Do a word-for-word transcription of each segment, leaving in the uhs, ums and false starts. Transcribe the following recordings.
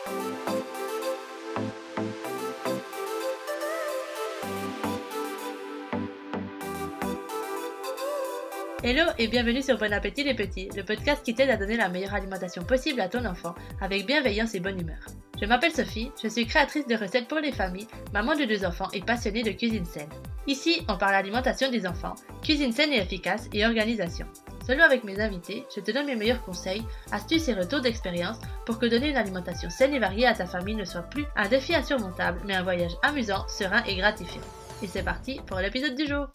Hello et bienvenue sur Bon Appétit les petits, le podcast qui t'aide à donner la meilleure alimentation possible à ton enfant, avec bienveillance et bonne humeur. Je m'appelle Sophie, je suis créatrice de recettes pour les familles, maman de deux enfants et passionnée de cuisine saine. Ici, on parle alimentation des enfants, cuisine saine et efficace et organisation. Solo avec mes invités, je te donne mes meilleurs conseils, astuces et retours d'expérience pour que donner une alimentation saine et variée à ta famille ne soit plus un défi insurmontable, mais un voyage amusant, serein et gratifiant. Et c'est parti pour l'épisode du jour.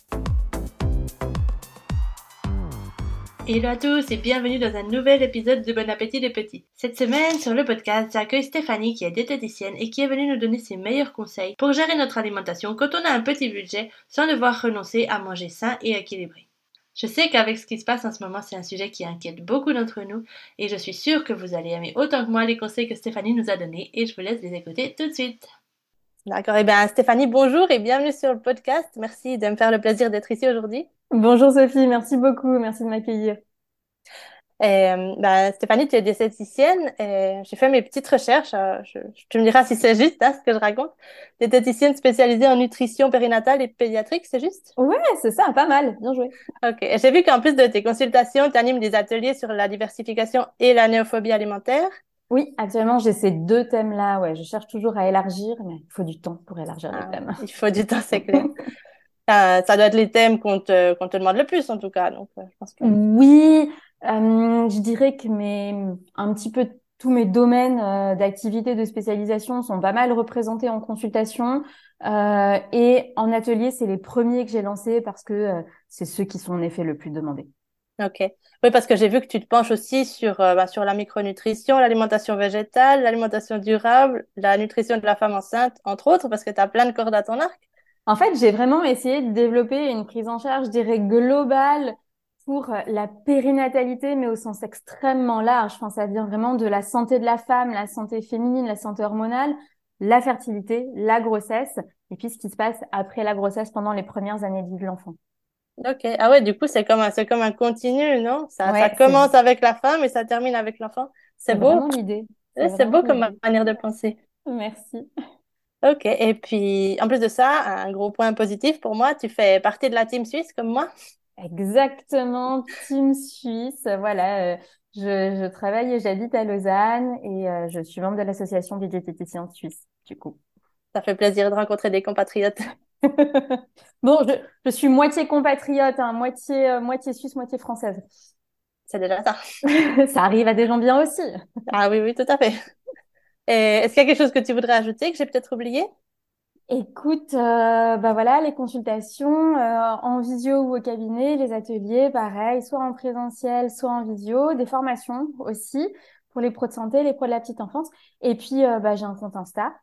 Hello à tous et bienvenue dans un nouvel épisode de Bon Appétit les petits. Cette semaine, sur le podcast, j'accueille Stéphanie qui est diététicienne et qui est venue nous donner ses meilleurs conseils pour gérer notre alimentation quand on a un petit budget sans devoir renoncer à manger sain et équilibré. Je sais qu'avec ce qui se passe en ce moment, c'est un sujet qui inquiète beaucoup d'entre nous et je suis sûre que vous allez aimer autant que moi les conseils que Stéphanie nous a donnés et je vous laisse les écouter tout de suite. D'accord, et bien Stéphanie, bonjour et bienvenue sur le podcast. Merci de me faire le plaisir d'être ici aujourd'hui. Bonjour Sophie, merci beaucoup, merci de m'accueillir. Euh, bah, Stéphanie, tu es diététicienne et j'ai fait mes petites recherches. Euh, je, je- tu me diras si c'est juste hein, ce que je raconte. Diététicienne spécialisée en nutrition périnatale et pédiatrique, c'est juste? Ouais, c'est ça, pas mal, bien joué. Ok. Et j'ai vu qu'en plus de tes consultations, tu animes des ateliers sur la diversification et la néophobie alimentaire. Oui, actuellement j'ai ces deux thèmes-là, ouais, je cherche toujours à élargir, mais il faut du temps pour élargir les Ah, thèmes. il faut du temps, c'est clair. Euh, ça doit être les thèmes qu'on te, qu'on te demande le plus en tout cas. Donc, euh, je pense que. Oui, euh, je dirais que mes, un petit peu tous mes domaines euh, d'activité, de spécialisation sont pas mal représentés en consultation euh, et en atelier, c'est les premiers que j'ai lancés parce que euh, c'est ceux qui sont en effet le plus demandés. Ok. Oui, parce que j'ai vu que tu te penches aussi sur, euh, bah, sur la micronutrition, l'alimentation végétale, l'alimentation durable, la nutrition de la femme enceinte, entre autres, parce que tu as plein de cordes à ton arc. En fait, j'ai vraiment essayé de développer une prise en charge, je dirais, globale pour la périnatalité, mais au sens extrêmement large. Enfin, ça vient vraiment de la santé de la femme, la santé féminine, la santé hormonale, la fertilité, la grossesse, et puis ce qui se passe après la grossesse pendant les premières années de vie de l'enfant. Ok. Ah ouais, du coup, c'est comme un, c'est comme un continu, non? Ça, ça Ouais, c'est commence avec la femme et ça termine avec l'enfant. C'est c'est beau. vraiment l'idée. C'est Ouais, c'est vraiment beau comme l'idée. manière de penser. Merci. Ok. Et puis, en plus de ça, un gros point positif pour moi, tu fais partie de la team suisse comme moi. Exactement, Team Suisse. Voilà, euh, je, je travaille et j'habite à Lausanne et euh, je suis membre de l'association des diététiciens suisses, du coup. Ça fait plaisir de rencontrer des compatriotes. Bon, je, je suis moitié compatriote, hein, moitié, euh, moitié suisse, moitié française. C'est déjà ça. Ça arrive à des gens bien aussi. Ah oui, oui, tout à fait. Et est-ce qu'il y a quelque chose que tu voudrais ajouter que j'ai peut-être oublié? Écoute, euh, bah voilà, les consultations euh, en visio ou au cabinet, les ateliers, pareil, soit en présentiel, soit en visio, des formations aussi pour les pros de santé, les pros de la petite enfance. Et puis, euh, bah, j'ai un compte Insta,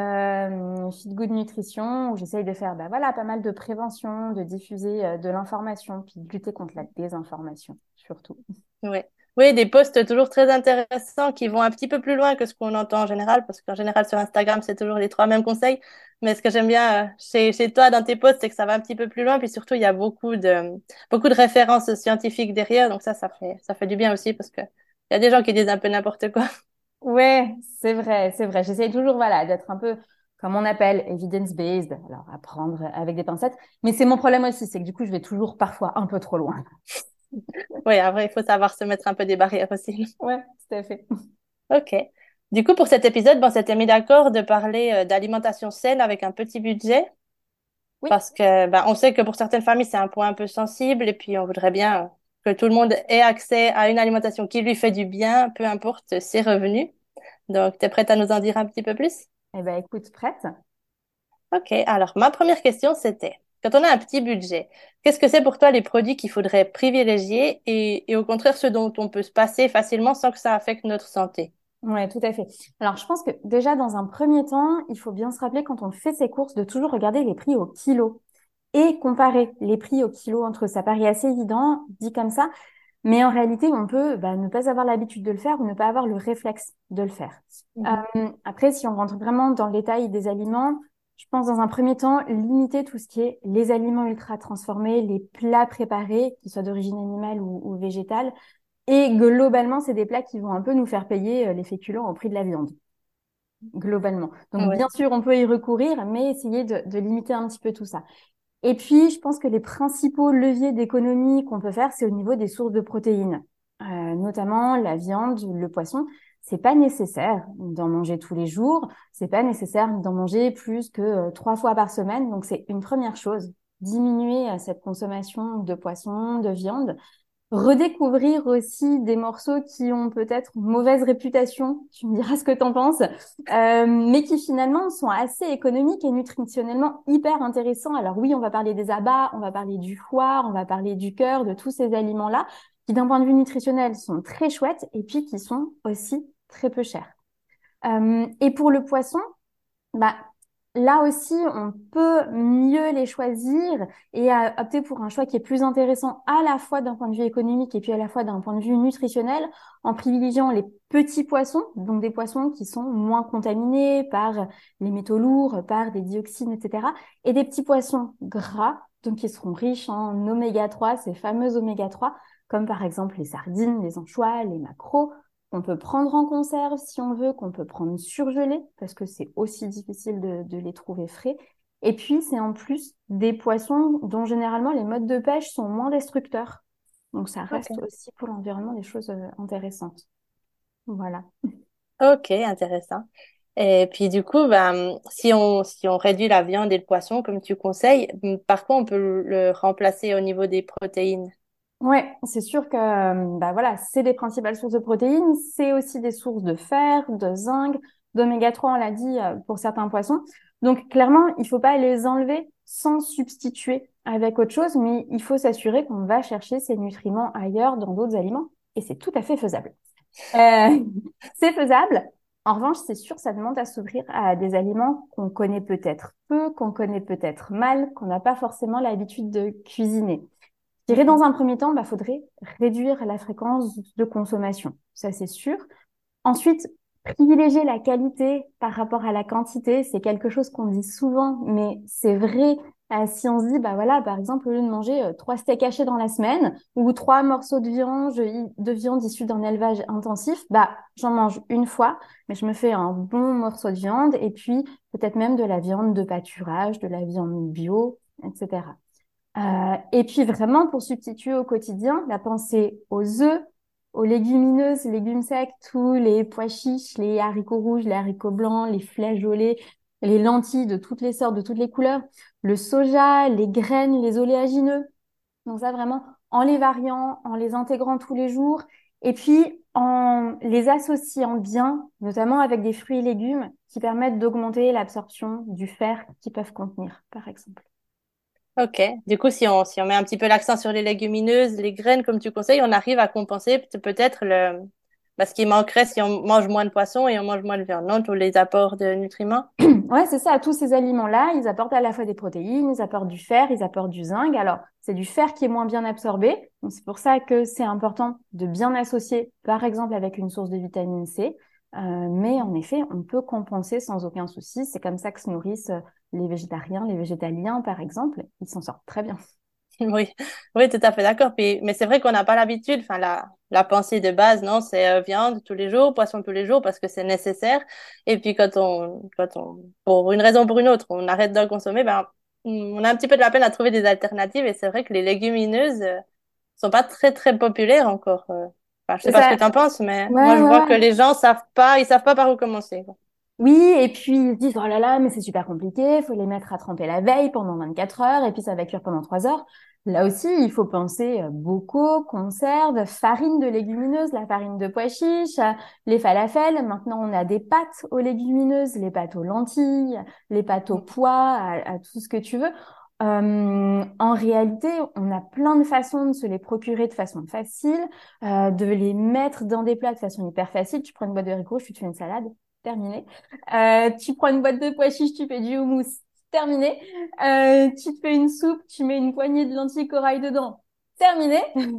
euh, Fit Good Nutrition, où j'essaye de faire bah, voilà, pas mal de prévention, de diffuser euh, de l'information, puis de lutter contre la désinformation, surtout. Ouais. Oui, des posts toujours très intéressants qui vont un petit peu plus loin que ce qu'on entend en général, parce qu'en général sur Instagram, c'est toujours les trois mêmes conseils. Mais ce que j'aime bien euh, chez, chez toi dans tes posts, c'est que ça va un petit peu plus loin, puis surtout, il y a beaucoup de, beaucoup de références scientifiques derrière. Donc ça, ça fait, ça fait du bien aussi, parce que il y a des gens qui disent un peu n'importe quoi. Ouais, c'est vrai, c'est vrai. J'essaye toujours, voilà, d'être un peu, comme on appelle, evidence-based. Alors, à prendre avec des pincettes. Mais c'est mon problème aussi, c'est que du coup, je vais toujours parfois un peu trop loin. Oui, après, il faut savoir se mettre un peu des barrières aussi. Ouais, tout à fait. Ok. Du coup, pour cet épisode, bon, on s'était mis d'accord de parler euh, d'alimentation saine avec un petit budget. Oui, Parce que ben, on sait que pour certaines familles, c'est un point un peu sensible et puis on voudrait bien euh, que tout le monde ait accès à une alimentation qui lui fait du bien, peu importe ses revenus. Donc, tu es prête à nous en dire un petit peu plus? eh ben, écoute, prête? Ok, alors ma première question, c'était, quand on a un petit budget, qu'est-ce que c'est pour toi les produits qu'il faudrait privilégier et, et au contraire ceux dont on peut se passer facilement sans que ça affecte notre santé? Ouais, tout à fait. Alors, je pense que déjà, dans un premier temps, il faut bien se rappeler quand on fait ses courses de toujours regarder les prix au kilo et comparer les prix au kilo entre eux. Ça paraît assez évident, dit comme ça, mais en réalité, on peut bah, ne pas avoir l'habitude de le faire ou ne pas avoir le réflexe de le faire. Mhm. Euh, après, si on rentre vraiment dans le détail des aliments, je pense dans un premier temps, limiter tout ce qui est les aliments ultra transformés, les plats préparés, qu'ils soient d'origine animale ou, ou végétale. Et globalement, c'est des plats qui vont un peu nous faire payer euh, les féculents au prix de la viande. globalement. Donc, Oui. bien sûr, on peut y recourir, mais essayer de, de limiter un petit peu tout ça. Et puis, je pense que les principaux leviers d'économie qu'on peut faire, c'est au niveau des sources de protéines, Euh, notamment la viande, le poisson. C'est pas nécessaire d'en manger tous les jours. C'est pas nécessaire d'en manger plus que euh, trois fois par semaine. Donc, c'est une première chose. Diminuer euh, cette consommation de poisson, de viande. Redécouvrir aussi des morceaux qui ont peut-être une mauvaise réputation, tu me diras ce que t'en penses, euh, mais qui finalement sont assez économiques et nutritionnellement hyper intéressants. Alors oui, on va parler des abats, on va parler du foie, on va parler du cœur, de tous ces aliments-là, qui d'un point de vue nutritionnel sont très chouettes et puis qui sont aussi très peu chers. Euh, et pour le poisson, bah, là aussi, on peut mieux les choisir et euh, opter pour un choix qui est plus intéressant à la fois d'un point de vue économique et puis à la fois d'un point de vue nutritionnel, en privilégiant les petits poissons, donc des poissons qui sont moins contaminés par les métaux lourds, par des dioxines, et cetera, et des petits poissons gras, donc qui seront riches en oméga trois, ces fameux oméga trois, comme par exemple les sardines, les anchois, les maquereaux, qu'on peut prendre en conserve si on veut, qu'on peut prendre surgelés parce que c'est aussi difficile de, de les trouver frais. Et puis, c'est en plus des poissons dont généralement les modes de pêche sont moins destructeurs. Donc, ça reste Ok. aussi pour l'environnement des choses euh, intéressantes. Voilà. Ok, intéressant. Et puis du coup, ben, si on, si on réduit la viande et le poisson, comme tu conseilles, par quoi on peut le le remplacer au niveau des protéines? Ouais, c'est sûr que euh, bah voilà, c'est des principales sources de protéines, c'est aussi des sources de fer, de zinc, d'oméga trois, on l'a dit euh, pour certains poissons. Donc clairement, il faut pas les enlever sans substituer avec autre chose, mais il faut s'assurer qu'on va chercher ces nutriments ailleurs dans d'autres aliments et c'est tout à fait faisable. Euh, c'est faisable. En revanche, c'est sûr, ça demande à s'ouvrir à des aliments qu'on connaît peut-être peu, qu'on connaît peut-être mal, qu'on n'a pas forcément l'habitude de cuisiner. Je dirais Mhm. dans un premier temps, bah, faudrait réduire la fréquence de consommation. Ça, c'est sûr. Ensuite, privilégier la qualité par rapport à la quantité, c'est quelque chose qu'on dit souvent, mais c'est vrai. Euh, si on se dit, bah voilà, par exemple, au lieu de manger euh, trois steaks hachés dans la semaine ou trois morceaux de viande, de viande issue d'un élevage intensif, bah j'en mange une fois, mais je me fais un bon morceau de viande et puis peut-être même de la viande de pâturage, de la viande bio, et cetera. Euh, et puis vraiment, pour substituer au quotidien, la pensée aux œufs, aux légumineuses, légumes secs, tous les pois chiches, les haricots rouges, les haricots blancs, les flageolets, les lentilles de toutes les sortes, de toutes les couleurs, le soja, les graines, les oléagineux. Donc ça, vraiment, en les variant, en les intégrant tous les jours, et puis en les associant bien, notamment avec des fruits et légumes qui permettent d'augmenter l'absorption du fer qu'ils peuvent contenir, par exemple. Ok. Du coup, si on, si on met un petit peu l'accent sur les légumineuses, les graines, comme tu conseilles, on arrive à compenser peut- peut-être le, bah, ce qui manquerait si on mange moins de poisson et on mange moins de viande, non? Tous les apports de nutriments. Ouais, c'est ça. Tous ces aliments-là, ils apportent à la fois des protéines, ils apportent du fer, ils apportent du zinc. Alors, c'est du fer qui est moins bien absorbé. Donc, c'est pour ça que c'est important de bien associer, par exemple, avec une source de vitamine C. Euh, mais en effet, on peut compenser sans aucun souci. C'est comme ça que se nourrissent euh, les végétariens, les végétaliens, par exemple. Ils s'en sortent très bien. Oui, oui, tout à fait d'accord. Puis, mais c'est vrai qu'on n'a pas l'habitude. Enfin, la, la pensée de base, non, c'est euh, viande tous les jours, poisson tous les jours parce que c'est nécessaire. Et puis quand on, quand on, pour une raison ou pour une autre, on arrête d'en consommer, ben, on a un petit peu de la peine à trouver des alternatives. Et c'est vrai que les légumineuses euh, sont pas très très populaires encore. euh. Enfin, je sais C'est pas ce que ça. tu en penses, mais moi Ouais, je ouais, vois que ouais. les gens savent pas, ils savent pas par où commencer, quoi. Oui, et puis ils se disent, oh là là, mais c'est super compliqué, il faut les mettre à tremper la veille pendant vingt-quatre heures, et puis ça va cuire pendant trois heures. Là aussi, il faut penser euh, bocaux, conserves, farine de légumineuses, la farine de pois chiches, euh, les falafels. Maintenant, on a des pâtes aux légumineuses, les pâtes aux lentilles, les pâtes aux Mhm. pois, à, à tout ce que tu veux. Euh, en réalité, on a plein de façons de se les procurer de façon facile, euh, de les mettre dans des plats de façon hyper facile. Tu prends une boîte de haricots, tu te fais une salade, terminé. Euh, tu prends une boîte de pois chiches, tu fais du houmous, terminé. Euh, tu te fais une soupe, tu mets une poignée de lentilles corail dedans, terminé.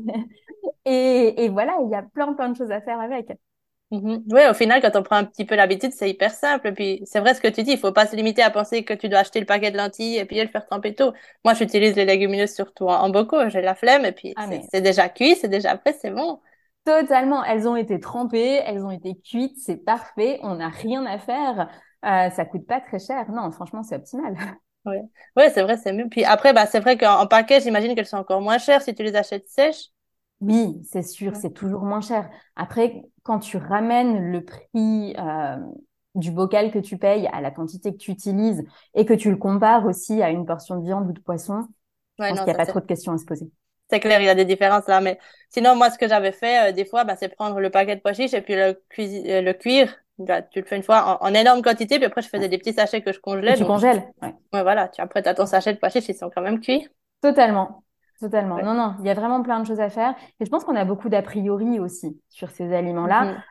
Et, et voilà, il y a plein plein de choses à faire avec. Mhm. Ouais, au final, quand on prend un petit peu l'habitude, c'est hyper simple. Puis c'est vrai ce que tu dis, il faut pas se limiter à penser que tu dois acheter le paquet de lentilles et puis le faire tremper tôt. Moi, j'utilise les légumineuses surtout en, en bocaux, j'ai la flemme et puis Ah c'est mais c'est déjà cuit, c'est déjà prêt, c'est bon. Totalement. Elles ont été trempées, elles ont été cuites, c'est parfait. On n'a rien à faire. Euh, ça coûte pas très cher. Non, franchement, c'est optimal. Ouais, ouais, c'est vrai, c'est mieux. Puis après, bah, c'est vrai qu'en en paquet, j'imagine qu'elles sont encore moins chères si tu les achètes sèches. Oui, c'est sûr, Ouais, c'est toujours moins cher. Après, quand tu ramènes le prix euh, du bocal que tu payes à la quantité que tu utilises et que tu le compares aussi à une portion de viande ou de poisson, je ouais, pense non, qu'il n'y a ça pas c'est trop de questions à se poser. c'est clair, il y a des différences là. Mais sinon, moi, ce que j'avais fait euh, des fois, bah, c'est prendre le paquet de pois chiches et puis le, cuisi- euh, le cuire. Bah, tu le fais une fois en, en énorme quantité, puis après, je faisais des petits sachets que je Que congelais. tu Donc, congèles. Ouais. ouais, voilà, tu, après, tu as ton sachet de pois chiches, ils sont quand même cuits. Totalement. Totalement. Ouais. Non, non, il y a vraiment plein de choses à faire. Et je pense qu'on a beaucoup d'a priori aussi sur ces aliments-là. Mhm.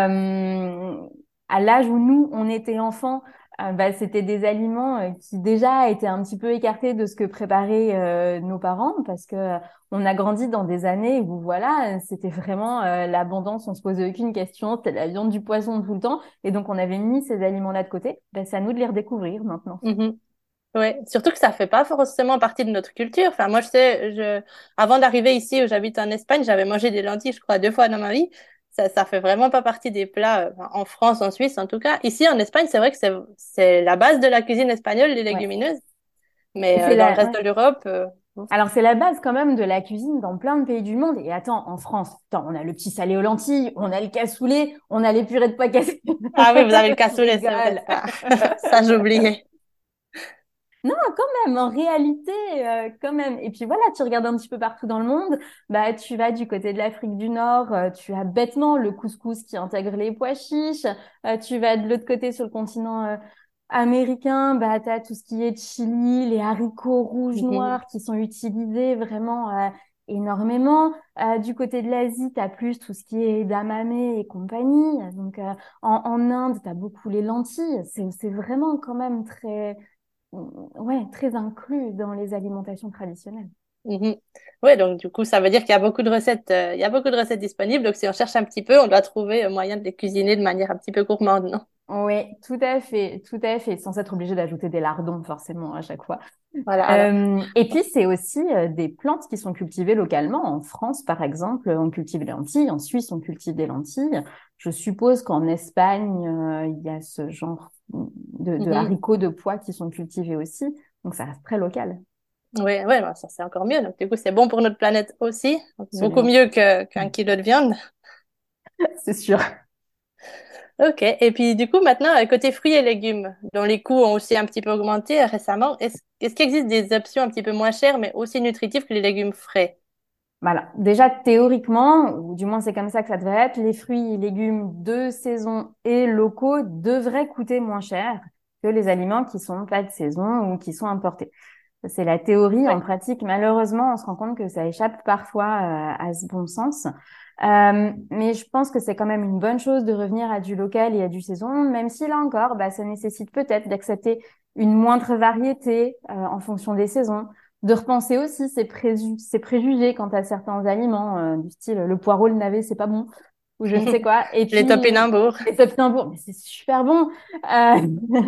Euh, à l'âge où nous, on était enfants, euh, bah, c'était des aliments euh, qui déjà étaient un petit peu écartés de ce que préparaient euh, nos parents parce que euh, on a grandi dans des années où voilà, c'était vraiment euh, l'abondance, on se posait aucune question, c'était la viande, du poisson tout le temps. Et donc, on avait mis ces aliments-là de côté. Bah, c'est à nous de les redécouvrir maintenant. Mhm. Ouais, surtout que ça fait pas forcément partie de notre culture. Enfin, moi, je sais, je, avant d'arriver ici où j'habite en Espagne, j'avais mangé des lentilles, je crois, deux fois dans ma vie. Ça, ça fait vraiment pas partie des plats, euh, enfin, en France, en Suisse, en tout cas. Ici, en Espagne, c'est vrai que c'est, c'est la base de la cuisine espagnole, les Ouais. légumineuses. Et Mais c'est euh, dans le la, reste ouais. de l'Europe, euh, bon. Alors, c'est la base quand même de la cuisine dans plein de pays du monde. Et attends, en France, attends, on a le petit salé aux lentilles, on a le cassoulet, on a les purées de pois cassés. Ah oui, vous avez le Je cassoulet, c'est vrai, rigole. ça. Ça, j'oubliais. Non, quand même, en réalité, euh, quand même. Et puis voilà, tu regardes un petit peu partout dans le monde, bah tu vas du côté de l'Afrique du Nord, euh, tu as bêtement le couscous qui intègre les pois chiches. Euh, tu vas de l'autre côté sur le continent euh, américain, bah t'as tout ce qui est chili, les haricots rouges Mhm. noirs qui sont utilisés vraiment euh, énormément. Euh, du côté de l'Asie, t'as plus tout ce qui est edamame et compagnie. Donc euh, en, en Inde, t'as beaucoup les lentilles. C'est c'est vraiment quand même très ouais, très inclus dans les alimentations traditionnelles. Mhm. Ouais, donc du coup, ça veut dire qu'il y a beaucoup de recettes, euh, il y a beaucoup de recettes disponibles. Donc si on cherche un petit peu, on doit trouver un moyen de les cuisiner de manière un petit peu gourmande, non? Oui, tout à fait, tout à fait, sans être obligé d'ajouter des lardons forcément à chaque fois. Voilà, alors. Euh, et puis c'est aussi euh, des plantes qui sont cultivées localement. En France, par exemple, on cultive les lentilles. En Suisse, on cultive des lentilles. Je suppose qu'en Espagne, euh, il y a ce genre de, de Mhm. haricots de pois qui sont cultivés aussi. Donc ça reste très local, Ouais, ouais, bah, ça c'est encore mieux. Donc du coup, c'est bon pour notre planète aussi. Donc, beaucoup absolument. mieux que qu'un kilo de viande. C'est sûr. Ok. Et puis du coup, maintenant, euh, côté fruits et légumes, dont les coûts ont aussi un petit peu augmenté euh, récemment, est-ce, est-ce qu'il existe des options un petit peu moins chères, mais aussi nutritives que les légumes frais? Voilà. Déjà, théoriquement, ou du moins c'est comme ça que ça devrait être, les fruits et légumes de saison et locaux devraient coûter moins cher que les aliments qui sont pas de saison ou qui sont importés. Ça, c'est la théorie. En Ouais. pratique, malheureusement, on se rend compte que ça échappe parfois euh, à ce bon sens. Euh, mais je pense que c'est quand même une bonne chose de revenir à du local et à du saison, même si là encore, bah, ça nécessite peut-être d'accepter une moindre variété euh, en fonction des saisons, de repenser aussi ses, préju- ses préjugés quant à certains aliments, euh, du style le poireau, le navet, c'est pas bon, ou je ne sais quoi. Et Les puis, topinambours. les topinambours, mais c'est super bon. Euh,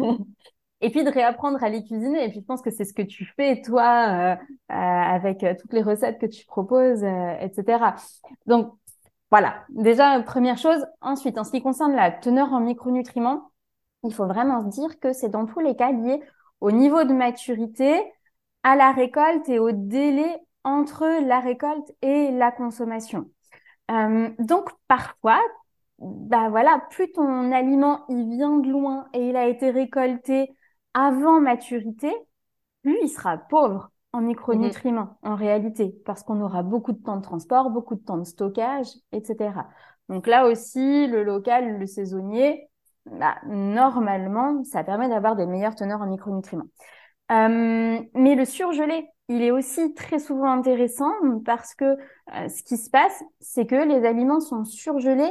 Et puis de réapprendre à les cuisiner. Et puis je pense que c'est ce que tu fais, toi, euh, euh, avec euh, toutes les recettes que tu proposes, euh, et cetera. Donc, voilà. Déjà, première chose. Ensuite, en ce qui concerne la teneur en micronutriments, il faut vraiment se dire que c'est dans tous les cas lié au niveau de maturité, à la récolte et au délai entre la récolte et la consommation. Euh, donc, parfois, bah voilà, plus ton aliment il vient de loin et il a été récolté avant maturité, plus il sera pauvre en Mhm. micronutriments en réalité, parce qu'on aura beaucoup de temps de transport, beaucoup de temps de stockage, et cetera. Donc là aussi, le local, le saisonnier, bah, normalement, ça permet d'avoir des meilleures teneurs en micronutriments. Euh, mais le surgelé, il est aussi très souvent intéressant parce que euh, ce qui se passe, c'est que les aliments sont surgelés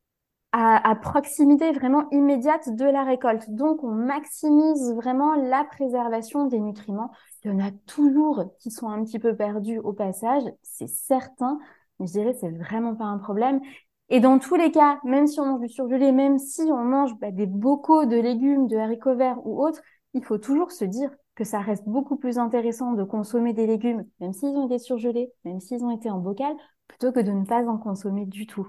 à, à proximité vraiment immédiate de la récolte. Donc, on maximise vraiment la préservation des nutriments. Il y en a toujours qui sont un petit peu perdus au passage, c'est certain, mais je dirais que c'est vraiment pas un problème. Et dans tous les cas, même si on mange du surgelé, même si on mange bah, des bocaux de légumes, de haricots verts ou autres, il faut toujours se dire que ça reste beaucoup plus intéressant de consommer des légumes, même s'ils ont été surgelés, même s'ils ont été en bocal, plutôt que de ne pas en consommer du tout.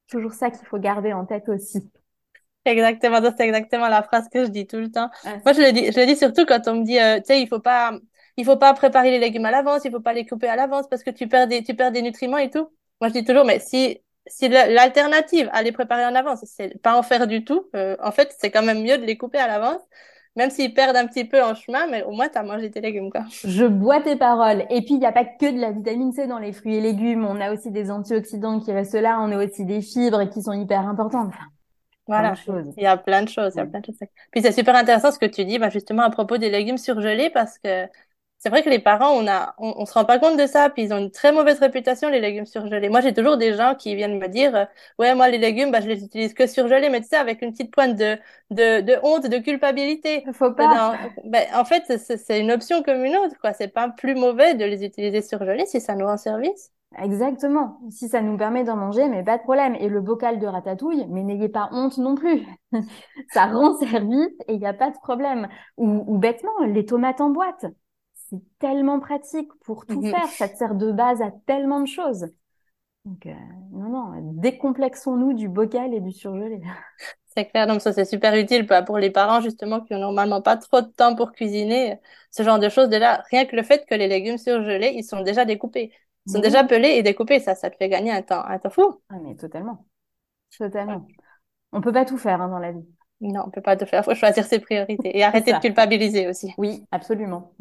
toujours ça qu'il faut garder en tête aussi. Exactement, ça c'est exactement la phrase que je dis tout le temps. Ah, Moi, je le dis, je le dis surtout quand on me dit, euh, tu sais, il faut pas, il faut pas préparer les légumes à l'avance, il faut pas les couper à l'avance parce que tu perds des, tu perds des nutriments et tout. Moi, je dis toujours, mais si, si le- l'alternative à les préparer en avance, c'est pas en faire du tout, euh, en fait, c'est quand même mieux de les couper à l'avance, même s'ils perdent un petit peu en chemin, mais au moins, t'as mangé tes légumes, quoi. je bois tes paroles. Et puis, il n'y a pas que de la vitamine C dans les fruits et légumes. On a aussi des antioxydants qui restent là. On a aussi des fibres qui sont hyper importantes. Enfin, plein de Voilà, choses. il y a plein de choses, il y a Ouais. plein de choses. Puis c'est super intéressant ce que tu dis, bah, justement à propos des légumes surgelés, parce que c'est vrai que les parents, on a, on, on se rend pas compte de ça, puis ils ont une très mauvaise réputation, les légumes surgelés. Moi, j'ai toujours des gens qui viennent me dire, euh, ouais, moi, les légumes, bah, je les utilise que surgelés, mais tu sais, avec une petite pointe de, de, de honte, de culpabilité Faut pas. dedans. Ben, en fait, c'est c'est une option comme une autre, quoi. C'est pas plus mauvais de les utiliser surgelés si ça nous rend service. Exactement. Si ça nous permet d'en manger, mais pas de problème. Et le bocal de ratatouille, mais n'ayez pas honte non plus. Ça rend service et il n'y a pas de problème. Ou, ou bêtement, les tomates en boîte. C'est tellement pratique pour tout Mhm. faire. Ça te sert de base à tellement de choses. Donc, euh, non, non, décomplexons-nous du bocal et du surgelé. C'est clair, donc ça c'est super utile bah, pour les parents justement qui ont normalement pas trop de temps pour cuisiner, ce genre de choses. Déjà, rien que le fait que les légumes surgelés, ils sont déjà découpés, ils sont Mais déjà oui. pelés et découpés, ça, ça te fait gagner un temps, un temps fou. Ah, mais totalement. Ouais. Totalement. On peut pas tout faire, hein, dans la vie. Non, on peut pas te faire, faut choisir ses priorités et C'est arrêter de ça. culpabiliser aussi. Oui, absolument.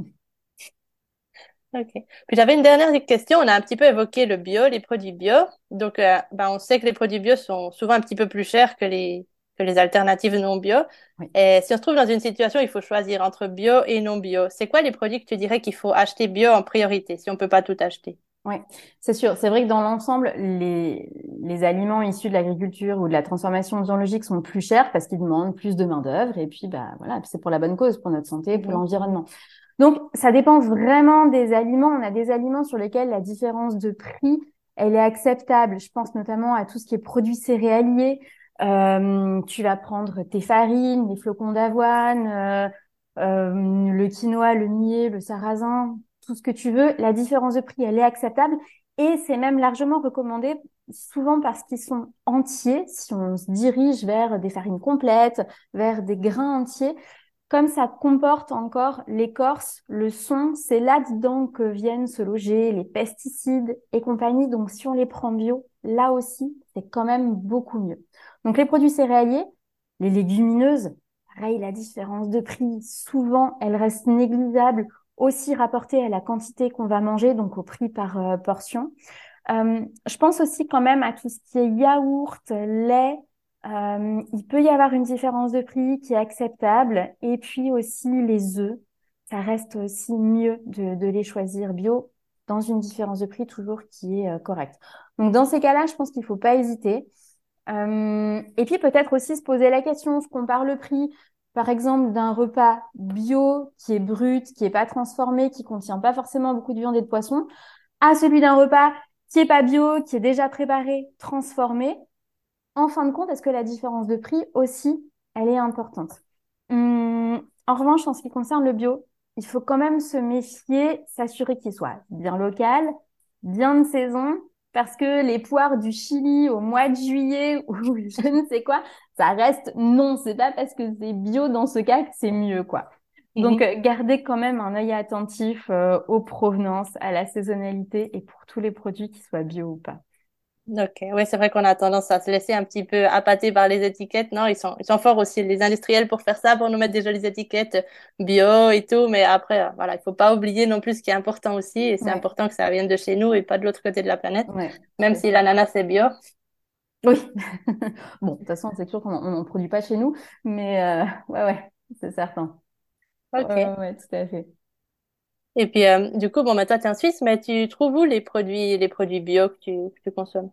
Ok. Puis j'avais une dernière question. On a un petit peu évoqué le bio, les produits bio. Donc, euh, ben, on sait que les produits bio sont souvent un petit peu plus chers que les, que les alternatives non bio. Oui. Et si on se trouve dans une situation où il faut choisir entre bio et non bio, c'est quoi les produits que tu dirais qu'il faut acheter bio en priorité si on peut pas tout acheter? Oui, c'est sûr. C'est vrai que dans l'ensemble, les, les aliments issus de l'agriculture ou de la transformation biologique sont plus chers parce qu'ils demandent plus de main-d'œuvre. Et puis, bah, voilà, c'est pour la bonne cause, pour notre santé, pour Mhm. l'environnement. Donc, ça dépend vraiment des aliments. On a des aliments sur lesquels la différence de prix, elle est acceptable. Je pense notamment à tout ce qui est produits céréaliers. Euh, tu vas prendre tes farines, les flocons d'avoine, euh, euh, le quinoa, le millet, le sarrasin, tout ce que tu veux. La différence de prix, elle est acceptable et c'est même largement recommandé, souvent parce qu'ils sont entiers. Si on se dirige vers des farines complètes, vers des grains entiers, comme ça comporte encore l'écorce, le son, c'est là-dedans que viennent se loger les pesticides et compagnie. Donc, si on les prend bio, là aussi, c'est quand même beaucoup mieux. Donc, les produits céréaliers, les légumineuses, pareil, la différence de prix, souvent, elle reste négligeable, aussi rapportée à la quantité qu'on va manger, donc au prix par euh, portion. Euh, je pense aussi quand même à tout ce qui est yaourt, lait. Euh, il peut y avoir une différence de prix qui est acceptable. Et puis aussi les œufs. Ça reste aussi mieux de, de les choisir bio dans une différence de prix toujours qui est euh, correcte. Donc dans ces cas-là, je pense qu'il faut pas hésiter. Euh, et puis peut-être aussi se poser la question, je compare le prix, par exemple, d'un repas bio qui est brut, qui est pas transformé, qui contient pas forcément beaucoup de viande et de poisson, à celui d'un repas qui est pas bio, qui est déjà préparé, transformé. En fin de compte, est-ce que la différence de prix aussi, elle est importante? Hum, en revanche, en ce qui concerne le bio, il faut quand même se méfier, s'assurer qu'il soit bien local, bien de saison, parce que les poires du Chili au mois de juillet ou je ne sais quoi, ça reste non, c'est pas parce que c'est bio dans ce cas que c'est mieux, quoi. Donc, Mhm. euh, gardez quand même un œil attentif euh, aux provenances, à la saisonnalité et pour tous les produits qui soient bio ou pas. Ok, oui, c'est vrai qu'on a tendance à se laisser un petit peu appâter par les étiquettes. Non, ils sont, ils sont forts aussi, les industriels, pour faire ça, pour nous mettre des jolies étiquettes bio et tout. Mais après, euh, voilà, il faut pas oublier non plus ce qui est important aussi. Et c'est Ouais, important que ça vienne de chez nous et pas de l'autre côté de la planète. ouais, Même tout à si fait. l'ananas est bio. Oui. Bon, de toute façon, c'est sûr qu'on n'en produit pas chez nous, mais euh, ouais, ouais, c'est certain. Ouais, Ok. ouais, ouais, tout à fait. Et puis, euh, du coup, bon, bah, toi, t'es en Suisse, mais tu trouves où les produits, les produits bio que tu, que tu consommes?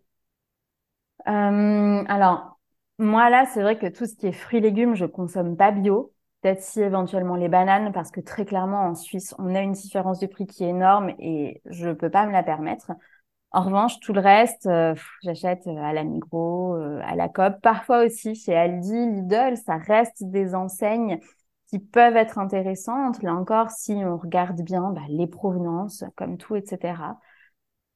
Euh, alors, moi là, c'est vrai que tout ce qui est fruits et légumes, je consomme pas bio. Peut-être si éventuellement les bananes, parce que très clairement en Suisse, on a une différence de prix qui est énorme et je peux pas me la permettre. En revanche, tout le reste, euh, pff, j'achète euh, à la Migros, euh, à la Coop, parfois aussi chez Aldi, Lidl. Ça reste des enseignes qui peuvent être intéressantes. Là encore, si on regarde bien bah, les provenances, comme tout, et cetera.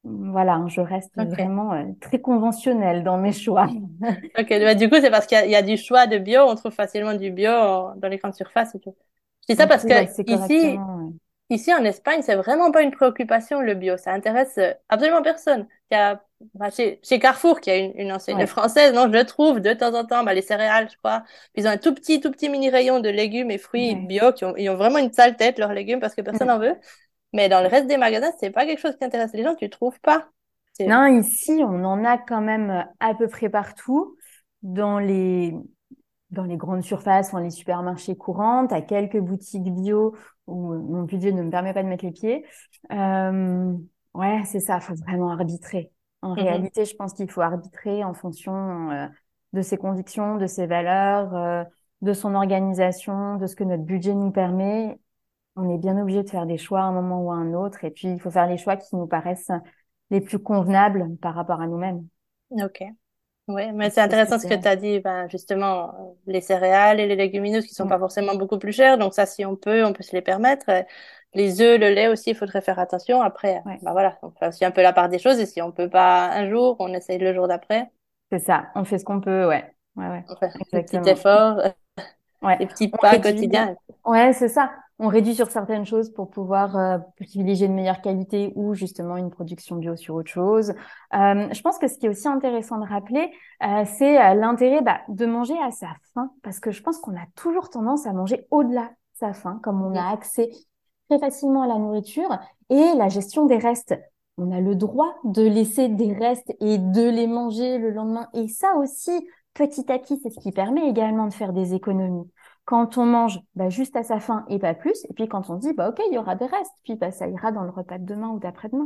Voilà, je reste Ok. vraiment euh, très conventionnelle dans mes choix. Ok, bah, du coup, c'est parce qu'il y a, il y a du choix de bio, on trouve facilement du bio euh, dans les grandes surfaces et tout. Je dis ça On parce que trouve assez ici, correctement. Ouais. ici en Espagne, c'est vraiment pas une préoccupation le bio. Ça intéresse euh, absolument personne. Il y a, bah, chez, chez Carrefour, qui a une, une enseigne Ouais. française, non, je le trouve de temps en temps, bah, les céréales, je crois. Ils ont un tout petit, tout petit mini rayon de légumes et fruits Ouais. bio qui ont, ils ont vraiment une sale tête, leurs légumes, parce que personne Mm. n'en veut. Mais dans le Ouais. reste des magasins, c'est pas quelque chose qui intéresse les gens, tu trouves pas. C'est, Non, ici, on en a quand même euh, à peu près partout. Dans les, dans les grandes surfaces, enfin, les supermarchés courants, à quelques boutiques bio où euh, mon budget ne me permet pas de mettre les pieds. Euh, ouais, c'est ça, faut vraiment arbitrer. En Mhm. réalité, je pense qu'il faut arbitrer en fonction euh, de ses convictions, de ses valeurs, euh, de son organisation, de ce que notre budget nous permet. On est bien obligé de faire des choix à un moment ou à un autre. Et puis, il faut faire les choix qui nous paraissent les plus convenables par rapport à nous-mêmes. Ok. Oui, mais C'est c'est c'est ce que intéressant je ce que dirais. tu as dit, ben, justement, euh, les céréales et les légumineuses qui sont Mm. pas forcément beaucoup plus chères. Donc ça, si on peut, on peut se les permettre. Euh, Les œufs, le lait aussi, il faudrait faire attention. Après, Ouais. ben voilà, on fait aussi un peu la part des choses. Et si on peut pas un jour, on essaye le jour d'après. C'est ça, on fait ce qu'on peut, ouais. Ouais, ouais, On fait des petits exactement. efforts, euh, Ouais, des petits on pas réduit. quotidiens. Ouais, c'est ça. On réduit sur certaines choses pour pouvoir euh, privilégier une meilleure qualité ou justement une production bio sur autre chose. Euh, je pense que ce qui est aussi intéressant de rappeler, euh, c'est euh, l'intérêt bah, de manger à sa faim, parce que je pense qu'on a toujours tendance à manger au-delà de sa faim, comme on Mhm. a accès très facilement à la nourriture et la gestion des restes. On a le droit de laisser des restes et de les manger le lendemain. Et ça aussi, petit à petit, c'est ce qui permet également de faire des économies. Quand on mange bah, juste à sa faim et pas plus, et puis quand on dit bah ok, il y aura des restes, puis bah, ça ira dans le repas de demain ou d'après-demain.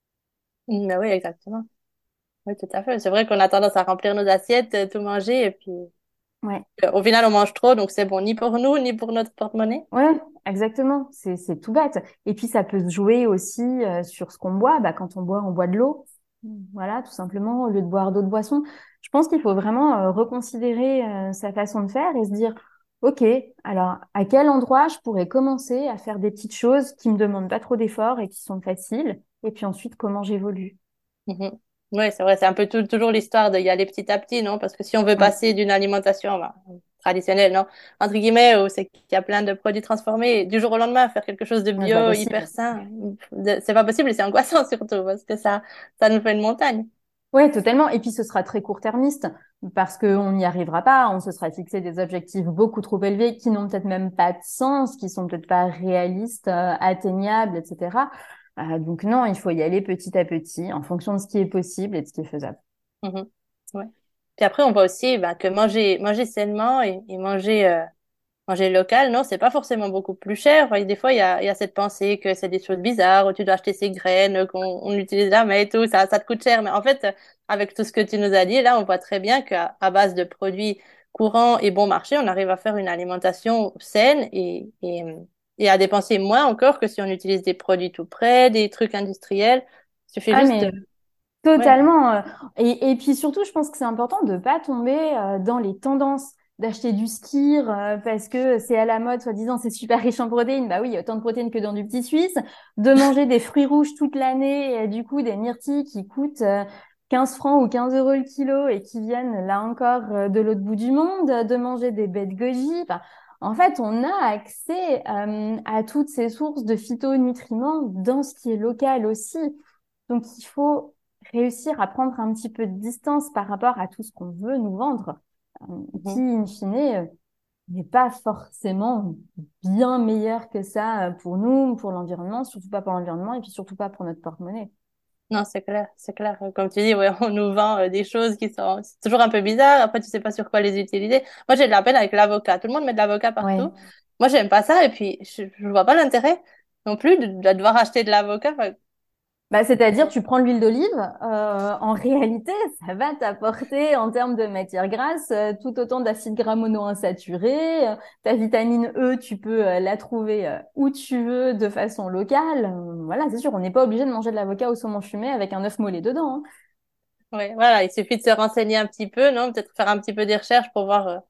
Mm, ben oui, exactement. Oui, tout à fait. C'est vrai qu'on a tendance à remplir nos assiettes, euh, tout manger, et puis Ouais, euh, au final, on mange trop, donc c'est bon ni pour nous, ni pour notre porte-monnaie. ouais, exactement. C'est c'est tout bête. Et puis ça peut se jouer aussi euh, sur ce qu'on boit. Bah, quand on boit, on boit de l'eau. Voilà, tout simplement, au lieu de boire d'autres boissons. Je pense qu'il faut vraiment euh, reconsidérer euh, sa façon de faire et se dire, OK, alors à quel endroit je pourrais commencer à faire des petites choses qui me demandent pas trop d'efforts et qui sont faciles, et puis ensuite comment j'évolue. Mhm. Oui, c'est vrai, c'est un peu tout- toujours l'histoire de y aller petit à petit, non? Parce que si on veut Ouais, passer d'une alimentation ben, traditionnelle, non? Entre guillemets, où c'est qu'il y a plein de produits transformés, du jour au lendemain, faire quelque chose de c'est pas bio, hyper possible. sain, de- c'est pas possible et c'est angoissant surtout parce que ça, ça nous fait une montagne. Ouais, totalement. Et puis ce sera très court-termiste parce qu'on n'y arrivera pas. On se sera fixé des objectifs beaucoup trop élevés qui n'ont peut-être même pas de sens, qui sont peut-être pas réalistes, euh, atteignables, et cetera. Euh, donc non, il faut y aller petit à petit en fonction de ce qui est possible et de ce qui est faisable. Mhm. Ouais. Puis après, on voit aussi ben, que manger, manger sainement et, et manger euh, manger local, non, c'est pas forcément beaucoup plus cher. Enfin, des fois, il y a, il y a cette pensée que c'est des choses bizarres, où tu dois acheter ces graines, qu'on on utilise jamais et tout, ça, ça te coûte cher. Mais en fait, euh, avec tout ce que tu nous as dit, là, on voit très bien qu'à à base de produits courants et bon marché, on arrive à faire une alimentation saine et, et, et à dépenser moins encore que si on utilise des produits tout prêts, des trucs industriels. Il suffit Ah, juste de... mais Ouais. totalement. euh, Et, et puis surtout, je pense que c'est important de pas tomber euh, dans les tendances d'acheter du skyr euh, parce que c'est à la mode, soi-disant c'est super riche en protéines. Bah oui, il y a autant de protéines que dans du petit Suisse. De manger des fruits rouges toute l'année et du coup des myrtilles qui coûtent euh, quinze francs ou quinze euros le kilo et qui viennent là encore euh, de l'autre bout du monde. De manger des baies de goji. Enfin, en fait, on a accès euh, à toutes ces sources de phytonutriments dans ce qui est local aussi. Donc, il faut réussir à prendre un petit peu de distance par rapport à tout ce qu'on veut nous vendre, euh, qui, Mhm. in fine, euh, n'est pas forcément bien meilleur que ça euh, pour nous, pour l'environnement, surtout pas pour l'environnement et puis surtout pas pour notre porte-monnaie. Non, c'est clair, c'est clair. Comme tu dis, ouais, on nous vend euh, des choses qui sont c'est toujours un peu bizarres. Après, tu sais pas sur quoi les utiliser. Moi, j'ai de la peine avec l'avocat. Tout le monde met de l'avocat Ouais. partout. Moi, j'aime pas ça. Et puis, je, je vois pas l'intérêt non plus de, de devoir acheter de l'avocat. Enfin, Bah, c'est-à-dire, tu prends l'huile d'olive, euh, en réalité, ça va t'apporter en termes de matière grasse euh, tout autant d'acides gras monoinsaturés. Euh, ta vitamine E, tu peux euh, la trouver euh, où tu veux de façon locale. Euh, voilà, c'est sûr, on n'est pas obligé de manger de l'avocat au saumon fumé avec un œuf mollet dedans, hein. ouais, voilà, il suffit de se renseigner un petit peu, non? Peut-être faire un petit peu des recherches pour voir. euh,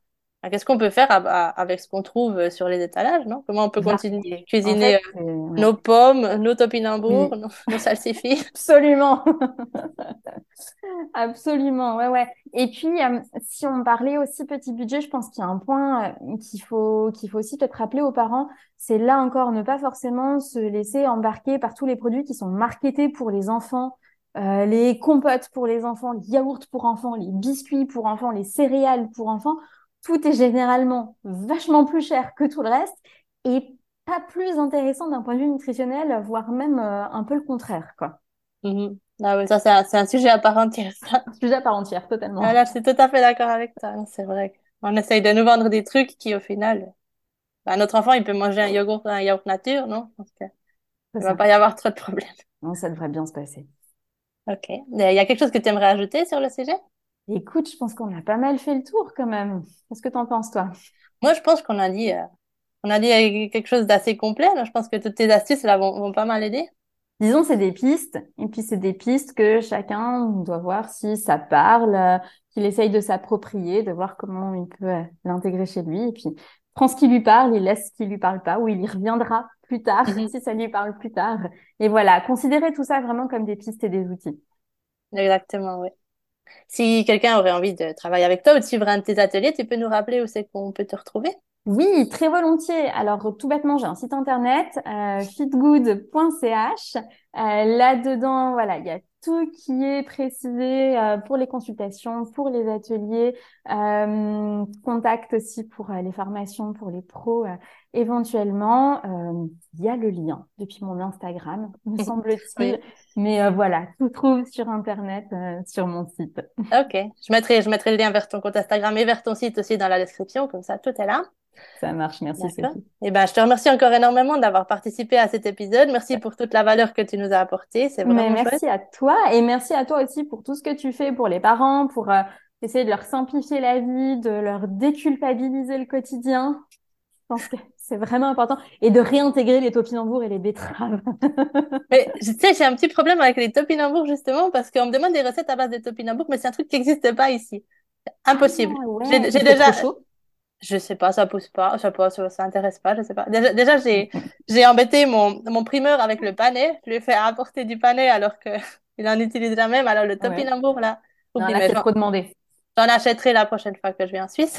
Ah, qu'est-ce qu'on peut faire à- à- avec ce qu'on trouve sur les étalages, non? Comment on peut continuer à Varié. En cuisiner fait, euh, c'est- ouais. nos pommes, nos topinambours, Oui, nos, nos salsifis? absolument. Absolument, ouais, ouais. Et puis, euh, si on parlait aussi petit budget, je pense qu'il y a un point euh, qu'il faut, qu'il faut aussi peut-être rappeler aux parents, c'est là encore ne pas forcément se laisser embarquer par tous les produits qui sont marketés pour les enfants, euh, les compotes pour les enfants, les yaourts pour enfants, les biscuits pour enfants, les céréales pour enfants. Tout est généralement vachement plus cher que tout le reste et pas plus intéressant d'un point de vue nutritionnel, voire même euh, un peu le contraire, quoi. Mhm. Ah oui, ça, c'est un, c'est un sujet à part entière, ça. Un sujet à part entière, Ah, totalement. là, je suis tout à fait d'accord avec toi. Non, c'est vrai. On essaye de nous vendre des trucs qui, au final, bah, notre enfant, il peut manger un yogourt, un yaourt nature, non? Je pense que C'est il va ça. pas y avoir trop de problèmes. Non, ça devrait bien se passer. Ok. Il y a quelque chose que tu aimerais ajouter sur le sujet? Écoute, je pense qu'on a pas mal fait le tour quand même. Qu'est-ce que t'en penses, toi? Moi, je pense qu'on a dit, euh, on a dit euh, quelque chose d'assez complet. Là. Je pense que toutes tes astuces, là, vont, vont pas mal aider. Disons, c'est des pistes, et puis c'est des pistes que chacun doit voir si ça parle, euh, qu'il essaye de s'approprier, de voir comment il peut euh, l'intégrer chez lui, et puis prend ce qui lui parle, il laisse ce qui lui parle pas, ou il y reviendra plus tard Mhm. si ça lui parle plus tard. Et voilà, considérez tout ça vraiment comme des pistes et des outils. Exactement, oui. Si quelqu'un aurait envie de travailler avec toi ou de suivre un de tes ateliers, tu peux nous rappeler où c'est qu'on peut te retrouver? Oui, très volontiers. Alors, tout bêtement, j'ai un site internet, euh, feedgood point c h. Euh, là-dedans, voilà, il y a tout qui est précisé euh, pour les consultations, pour les ateliers, euh, contact aussi pour euh, les formations, pour les pros euh, éventuellement. Euh, il y a le lien depuis mon Instagram, me semble-t-il. Oui. Mais euh, voilà, tout trouve sur internet, euh, sur mon site. Ok. Je mettrai, je mettrai le lien vers ton compte Instagram et vers ton site aussi dans la description, comme ça, tout est là. Ça marche, merci D'accord. Sophie. Eh ben, je te remercie encore énormément d'avoir participé à cet épisode. Merci pour toute la valeur que tu nous as apportée. C'est Mais vraiment chouette. merci à toi et merci à toi aussi pour tout ce que tu fais pour les parents, pour euh, essayer de leur simplifier la vie, de leur déculpabiliser le quotidien. Je pense que c'est vraiment important et de réintégrer les topinambours et les betteraves. Mais je sais, j'ai un petit problème avec les topinambours justement parce qu'on me demande des recettes à base de topinambours, mais c'est un truc qui n'existe pas ici. Ah Impossible. ouais, J'ai j'ai il fait déjà, trop chaud. je sais pas, ça pousse pas, je sais pas, ça, ça intéresse pas, je sais pas. Déjà, déjà j'ai j'ai embêté mon mon primeur avec le panais. Je lui ai fait apporter du panais alors que il en utilise jamais. Mais alors le Ouais. topinambour là, Non, oublie, là mais c'est j'en trop demandé. j'en achèterai la prochaine fois que je vais en Suisse.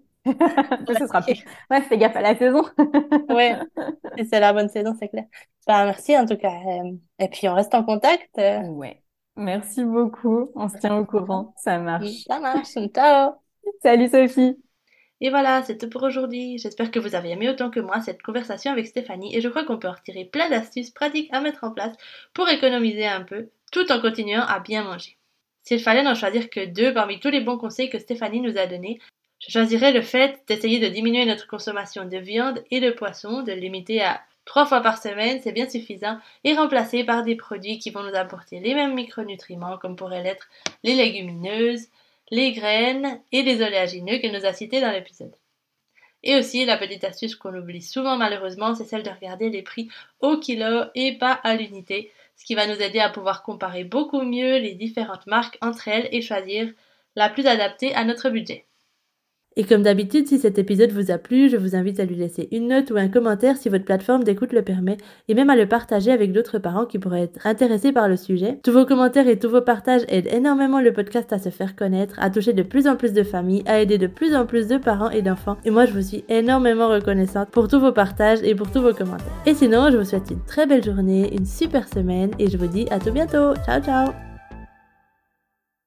Mais ce sera plus. Ouais, fais gaffe à la saison. Ouais, si c'est la bonne saison, c'est clair. Bah, merci en tout cas. euh, Et puis on reste en contact. euh, Ouais. Merci beaucoup. On se tient au courant. Ça marche. Ça marche. Ciao. Salut Sophie. Et voilà, c'est tout pour aujourd'hui. J'espère que vous avez aimé autant que moi cette conversation avec Stéphanie et je crois qu'on peut en retirer plein d'astuces pratiques à mettre en place pour économiser un peu tout en continuant à bien manger. S'il fallait n'en choisir que deux parmi tous les bons conseils que Stéphanie nous a donnés, je choisirais le fait d'essayer de diminuer notre consommation de viande et de poisson, de le limiter à trois fois par semaine, c'est bien suffisant, et remplacer par des produits qui vont nous apporter les mêmes micronutriments comme pourraient l'être les légumineuses, les graines et les oléagineux que nous a cités dans l'épisode. Et aussi, la petite astuce qu'on oublie souvent malheureusement, c'est celle de regarder les prix au kilo et pas à l'unité, ce qui va nous aider à pouvoir comparer beaucoup mieux les différentes marques entre elles et choisir la plus adaptée à notre budget. Et comme d'habitude, si cet épisode vous a plu, je vous invite à lui laisser une note ou un commentaire si votre plateforme d'écoute le permet, et même à le partager avec d'autres parents qui pourraient être intéressés par le sujet. Tous vos commentaires et tous vos partages aident énormément le podcast à se faire connaître, à toucher de plus en plus de familles, à aider de plus en plus de parents et d'enfants. Et moi, je vous suis énormément reconnaissante pour tous vos partages et pour tous vos commentaires. Et sinon, je vous souhaite une très belle journée, une super semaine, et je vous dis à tout bientôt. Ciao, ciao!